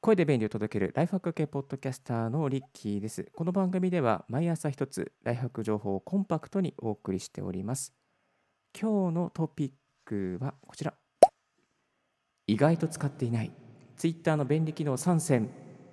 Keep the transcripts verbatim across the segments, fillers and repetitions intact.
声で便利を届けるライフハック系ポッドキャスターのリッキーです。この番組では毎朝一つライフハック情報をコンパクトにお送りしております。今日のトピックはこちら。意外と使っていない Twitter の便利機能さん選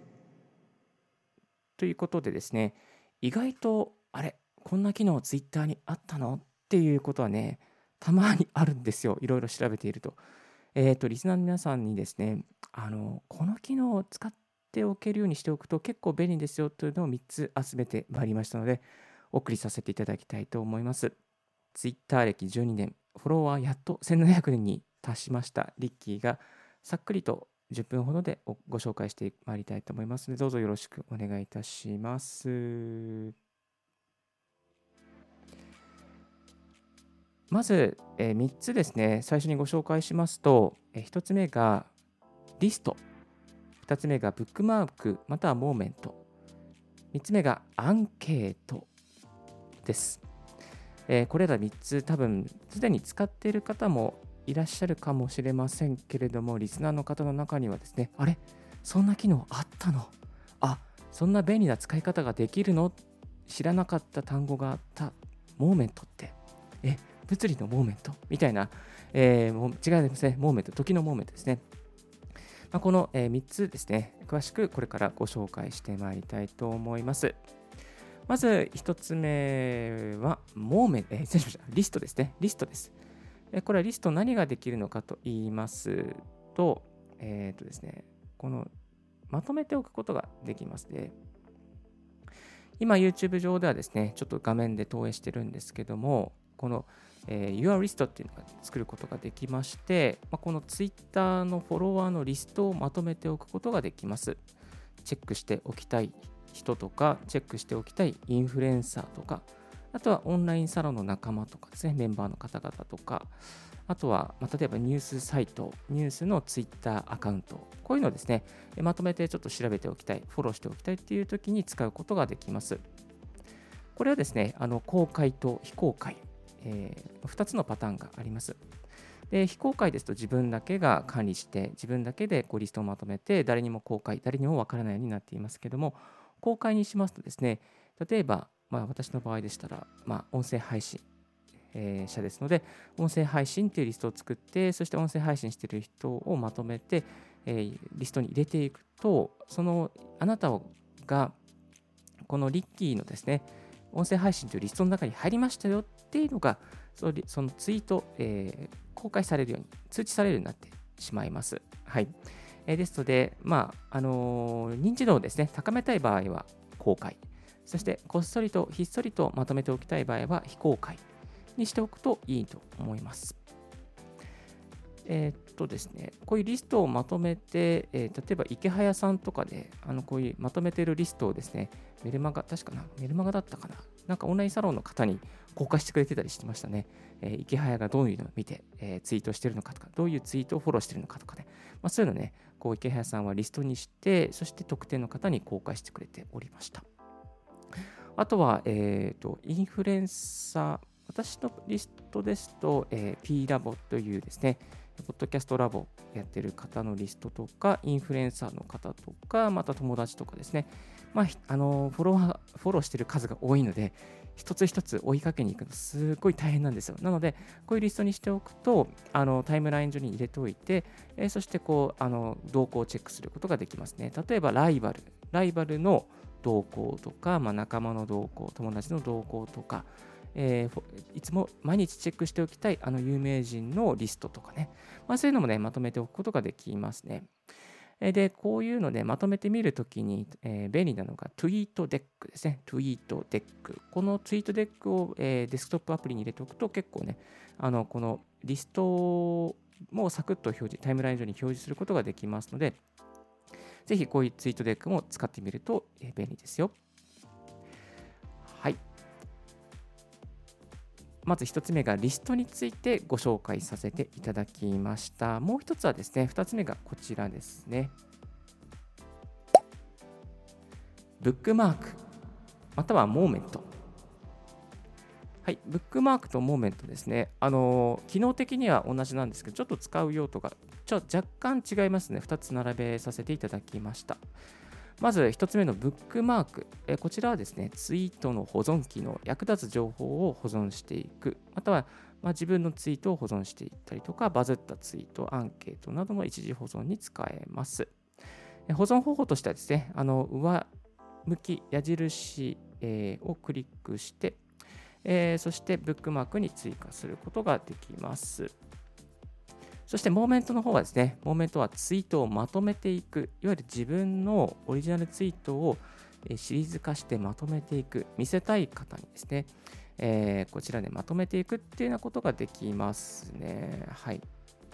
ということでですね、意外とあれこんな機能 Twitter にあったのっていうことはね、たまにあるんですよ。いろいろ調べていると。えっと、リスナーの皆さんにですね、あの、この機能を使っておけるようにしておくと結構便利ですよというのをみっつ集めてまいりましたので、お送りさせていただきたいと思います。Twitter 歴じゅうにねん、フォロワーやっとせんななひゃくにんに達しましたリッキーが、さっくりとじゅっぷんほどでご紹介してまいりたいと思いますので、どうぞよろしくお願いいたします。まず、えーみっつですね、最初にご紹介しますと、えーひとつめがリスト、ふたつめがブックマークまたはモーメント、みっつめがアンケートです。えーこれらみっつ多分すでに使っている方もいらっしゃるかもしれませんけれども、リスナーの方の中にはですね、あれそんな機能あったの、あ、そんな便利な使い方ができるの、知らなかった単語があった、モーメントって、え、物理のモーメントみたいな、えーもう違いですね、モーメント、時のモーメントですね。まあ、この、えーみっつですね、詳しくこれからご紹介してまいりたいと思います。まずひとつめは、モーメント、えー失礼しました、リストですね。リストです。えーこれはリスト何ができるのかと言いますと、えっとですね、このまとめておくことができますね。今 YouTube 上ではですね、ちょっと画面で投影してるんですけども、この、えー Your List っていうのが作ることができまして、まあ、この Twitter のフォロワーのリストをまとめておくことができます。チェックしておきたい人とか、チェックしておきたいインフルエンサーとか、あとはオンラインサロンの仲間とかですね、メンバーの方々とか、あとは、まあ、例えばニュースサイト、ニュースの Twitter アカウント、こういうのをですね、まとめてちょっと調べておきたい、フォローしておきたいっていう時に使うことができます。これはですね、あの公開と非公開、えー、ふたつのパターンがあります。で、非公開ですと自分だけが管理して、自分だけでこうリストをまとめて、誰にも公開、誰にもわからないようになっていますけども、公開にしますとですね、例えば、まあ、私の場合でしたら、まあ、音声配信、えー者ですので、音声配信というリストを作って、そして音声配信している人をまとめて、えーリストに入れていくと、そのあなたがこのリッキーのですね、音声配信というリストの中に入りましたよっていうのが、そのそのツイート、えー公開されるように、通知されるようになってしまいます。はい。えーですので、まあ、あのー認知度をですね、高めたい場合は公開。そして、こっそりとひっそりとまとめておきたい場合は非公開にしておくといいと思います。えーっとですね、こういうリストをまとめて、えー例えば池早さんとかで、あのこういうまとめているリストをですね、メルマガ、確かな、メルマガだったかな、なんかオンラインサロンの方に公開してくれてたりしてましたね。えー池早がどういうのを見て、えーツイートしてるのかとか、どういうツイートをフォローしてるのかとかね、まあ、そういうのね、こう池早さんはリストにして、そして特定の方に公開してくれておりました。あとは、えーと、インフルエンサー、私のリストですと、えー、P ラボというですね、ポッドキャストラボやってる方のリストとか、インフルエンサーの方とか、また友達とかですね、まあ、あのフォロワー、フォローしてる数が多いので、一つ一つ追いかけに行くのすごい大変なんですよ。なので、こういうリストにしておくと、あのタイムライン上に入れておいて、えーそしてこうあの動向をチェックすることができますね。例えば、ライバル、ライバルの動向とか、まあ、仲間の動向、友達の動向とか、えーいつも毎日チェックしておきたいあの有名人のリストとかね、まあ、そういうのもね、まとめておくことができますね。えーで、こういうのでまとめてみるときに、えー便利なのがツイートデックですね。ツイートデック。このツイートデックを、えーデスクトップアプリに入れておくと結構ね、あのこのリストもサクッと表示、タイムライン上に表示することができますので、ぜひこういうツイートデックも使ってみるとえー便利ですよ。はい。まずひとつめがリストについてご紹介させていただきました。もうひとつはですね、ふたつめがこちらですね。ブックマーク、またはモーメント。 はい、ブックマークとモーメントですね。あの機能的には同じなんですけど、ちょっと使う用途がちょ若干違いますね。ふたつ並べさせていただきました。まずひとつめのブックマーク。えこちらはですね、ツイートの保存機能、役立つ情報を保存していく、または、まあ、自分のツイートを保存していったりとか、バズったツイート、アンケートなどの一時保存に使えます。え保存方法としてはですね、あの上向き矢印、えーをクリックして、えーそしてブックマークに追加することができます。そしてモーメントの方はですね、モーメントはツイートをまとめていく、いわゆる自分のオリジナルツイートをえーシリーズ化してまとめていく、見せたい方にですね、えーこちらでまとめていくっていうようなことができますね。はい。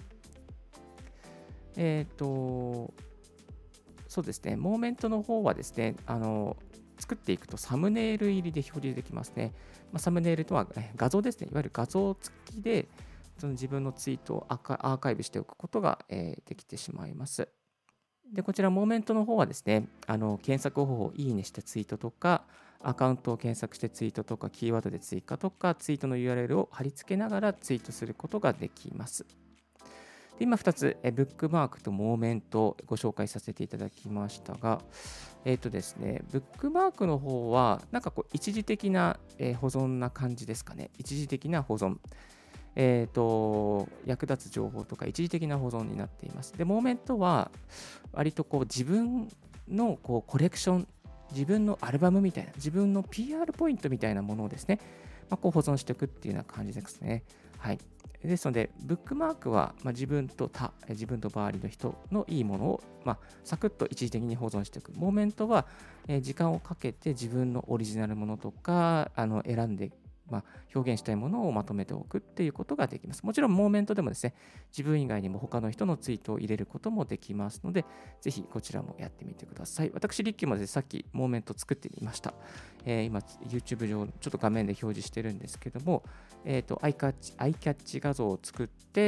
えっ、と、そうですね、モーメントの方はですね、あの、作っていくとサムネイル入りで表示できますね。まあ、サムネイルとはえ画像ですね。いわゆる画像付きで、その自分のツイートをアーカアーカイブしておくことが、えーできてしまいます。で、こちら、モーメントの方はですね、あの検索方法をいいねしたツイートとか、アカウントを検索してツイートとか、キーワードで追加とか、ツイートの ユーアールエル を貼り付けながらツイートすることができます。で今ふたつ、えブックマークとモーメントをご紹介させていただきましたが、えっ、とですね、ブックマークの方は、なんかこう、一時的な、えー保存な感じですかね。一時的な保存。えっ、と、役立つ情報とか一時的な保存になっています。で、モーメントは、割とこう、自分のこうコレクション、自分のアルバムみたいな、自分の ピーアール ポイントみたいなものをですね、まあ、こう保存しておくっていうような感じですね。はい。ですので、ブックマークは、まあ、自分と他、え自分と周りの人のいいものを、まあ、サクッと一時的に保存しておく。モーメントは、えー時間をかけて自分のオリジナルものとか、あの選んで、まあ、表現したいものをまとめておくっていうことができます。もちろん、モーメントでもですね、自分以外にも他の人のツイートを入れることもできますので、ぜひこちらもやってみてください。私、リッキーもですね、さっきモーメント作ってみました。えー今、YouTube 上、ちょっと画面で表示してるんですけども、えーと、アイキャッチ、アイキャッチ画像を作って、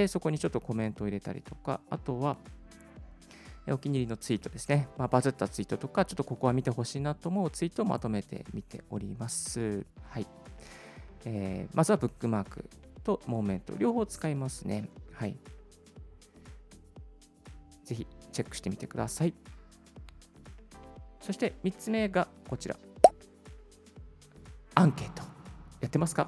そこにちょっとコメントを入れたりとか、あとは、えお気に入りのツイートですね。まあ、バズったツイートとか、ちょっとここは見てほしいなと思うツイートをまとめてみております。はい。えーまずはブックマークとモーメント、両方使いますね。はい。ぜひチェックしてみてください。そしてみっつめがこちら。アンケート。やってますか？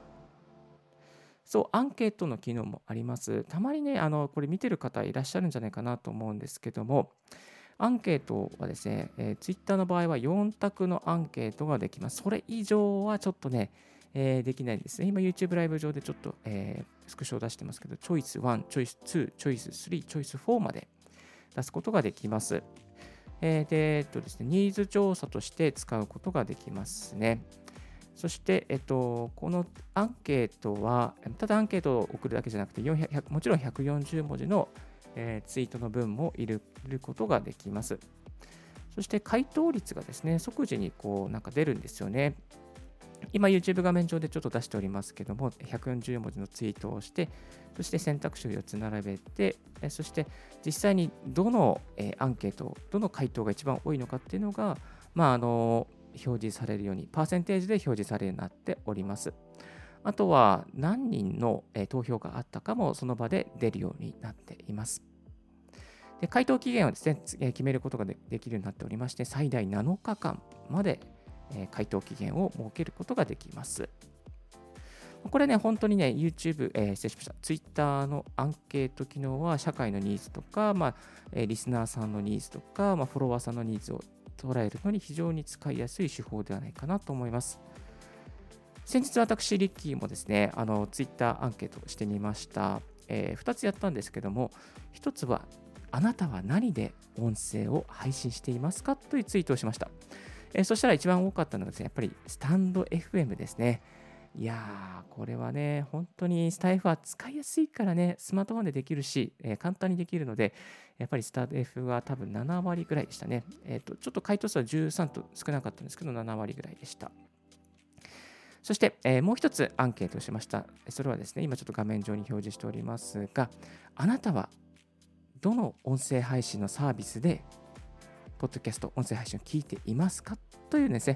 そう、アンケートの機能もあります。たまにね、あの、これ見てる方いらっしゃるんじゃないかなと思うんですけども、アンケートはですね、えー、Twitter の場合はよん択のアンケートができます。それ以上はちょっとね、えーできないんですね。今 YouTube ライブ上でちょっと、えースクショを出してますけど、チョイスいち、チョイスに、チョイスさん、チョイスよんまで出すことができます。えーで、えっとですね、ニーズ調査として使うことができますね。そして、えっと、このアンケートは、ただアンケートを送るだけじゃなくて、よんひゃくもちろんひゃくよんじゅう文字の、えーツイートの文も入れることができます。そして回答率がですね、即時にこうなんか出るんですよね。今 YouTube 画面上でちょっと出しておりますけども、ひゃくよんじゅう文字のツイートをして、そして選択肢をよっつ並べて、えそして実際にどの、えーアンケート、どの回答が一番多いのかっていうのが、まあ、あの表示されるように、パーセンテージで表示されるようになっております。あとは何人の、えー投票があったかもその場で出るようになっています。で回答期限をですね、つえー決めることがでできるようになっておりまして、最大なのかかんまで、えー回答期限を設けることができます。これね、本当にね、YouTube、えー失礼しました、Twitter のアンケート機能は社会のニーズとか、まあえーリスナーさんのニーズとか、まあ、フォロワーさんのニーズを捉えるのに非常に使いやすい手法ではないかなと思います。先日私、リッキーもですね、あの Twitter アンケートをしてみました。えふたつやったんですけども、ひとつは、あなたは何で音声を配信していますかというツイートをしました。えーそしたら一番多かったのがですね、やっぱりスタンド エフエム ですね。いやー、これはね、本当にスタイフは使いやすいからね、スマートフォンでできるし、えー簡単にできるので、やっぱりスタンド F は多分なな割ぐらいでしたね。えっ、と、ちょっと回答数はじゅうさんと少なかったんですけど、なな割ぐらいでした。そして、えーもう一つアンケートをしました。それはですね、今ちょっと画面上に表示しておりますが、あなたはどの音声配信のサービスで、ポッドキャスト、音声配信を聞いていますかというですね、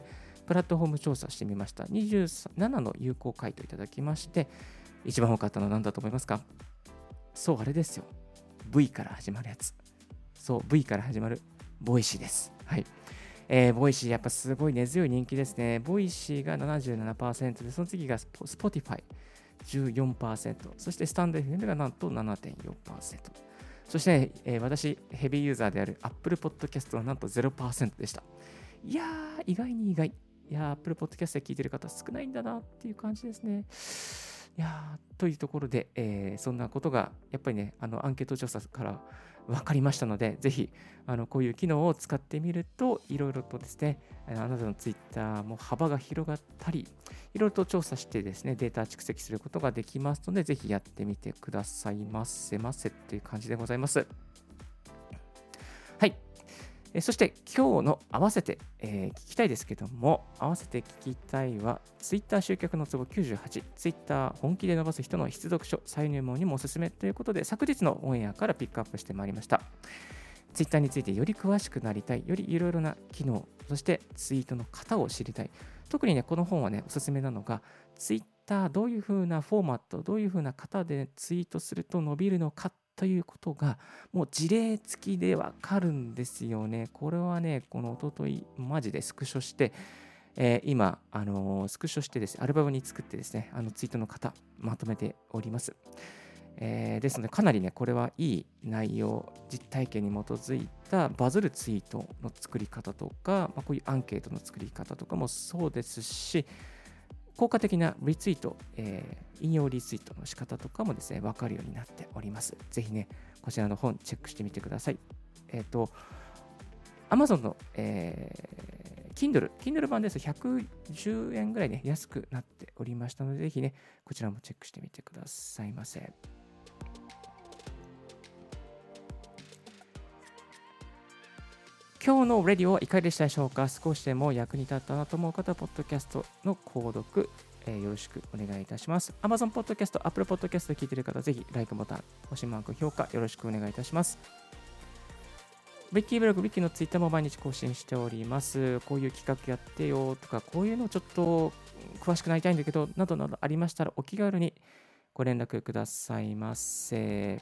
プラットフォーム調査してみました。にじゅうななの有効回答いただきまして、一番多かったのは何だと思いますか？そう、あれですよ。V から始まるやつ。そう、V から始まるボイシーです。はい。えー、ボイシーやっぱすごい根強い人気ですね。ボイシーが ななじゅうななパーセント で、その次が Spotifyじゅうよんパーセント、そしてスタンド エフエム がなんと ななてんよんパーセント。そして、えー、私、ヘビーユーザーである Apple Podcast はなんと ゼロパーセント でした。いやー、意外に意外。いやー、Apple Podcast で聞いてる方少ないんだなっていう感じですね。いやー、というところで、えー、そんなことが、やっぱりね、あのアンケート調査から分かりましたので、ぜひ、あのこういう機能を使ってみると、いろいろとですね、あなたの Twitter も幅が広がったり、いろいろと調査してですね、データ蓄積することができますので、ぜひやってみてくださいませませっていう感じでございます。はい。えそして今日の合わせて、えー、聞きたいですけども、合わせて聞きたいは、Twitter 集客のツボきゅうじゅうはち、Twitter 本気で伸ばす人の必読書、再入門にもおすすめということで、昨日のオンエアからピックアップしてまいりました。Twitter についてより詳しくなりたい、よりいろいろな機能、そしてツイートの型を知りたい。特にね、この本はね、おすすめなのが、Twitter どういう風なフォーマット、どういう風な型でツイートすると伸びるのかということが、もう事例付きでわかるんですよね。これはね、この一昨日マジでスクショして、えー、今、あのー、スクショしてですね、アルバムに作ってですね、あのツイートの型、まとめております。えー、ですので、かなりね、これはいい内容、実体験に基づいたバズるツイートの作り方とか、まあ、こういうアンケートの作り方とかもそうですし、効果的なリツイート、えー、引用リツイートの仕方とかもですね、わかるようになっております。ぜひね、こちらの本チェックしてみてください。えっ、ー、と、Amazon の、えー、Kindle、Kindle 版です。ひゃくじゅうえんぐらいね、安くなっておりましたので、ぜひね、こちらもチェックしてみてくださいませ。今日のレディオはいかがでしたでしょうか？少しでも役に立ったなと思う方は、ポッドキャストの購読、えー、よろしくお願いいたします。Amazon Podcast、Apple Podcast で聞いている方は、ぜひ、LIKE ボタン、星マーク、評価、よろしくお願いいたします。ウィッキーブログ、ウィッキーのツイッターも毎日更新しております。こういう企画やってよとか、こういうのちょっと詳しくなりたいんだけど、などなどありましたら、お気軽にご連絡くださいませ。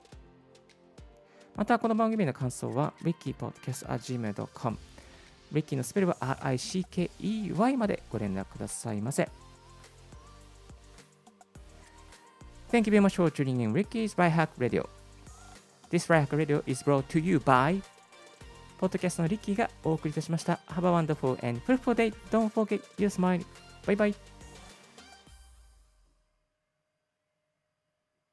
また、この番組の感想は、ウィッキーポッドキャスト アット ジーメール ドット コム、ウィッキーのスペルは アール アイ シー ケー イー ワイ までご連絡くださいませ。Thank you very much for tuning in Ricky's By Hack Radio。This By Hack Radio is brought to you by ポッドキャストのリッキーがお送りいたしました。Have a wonderful and fruitful day. Don't forget your smile. Bye bye.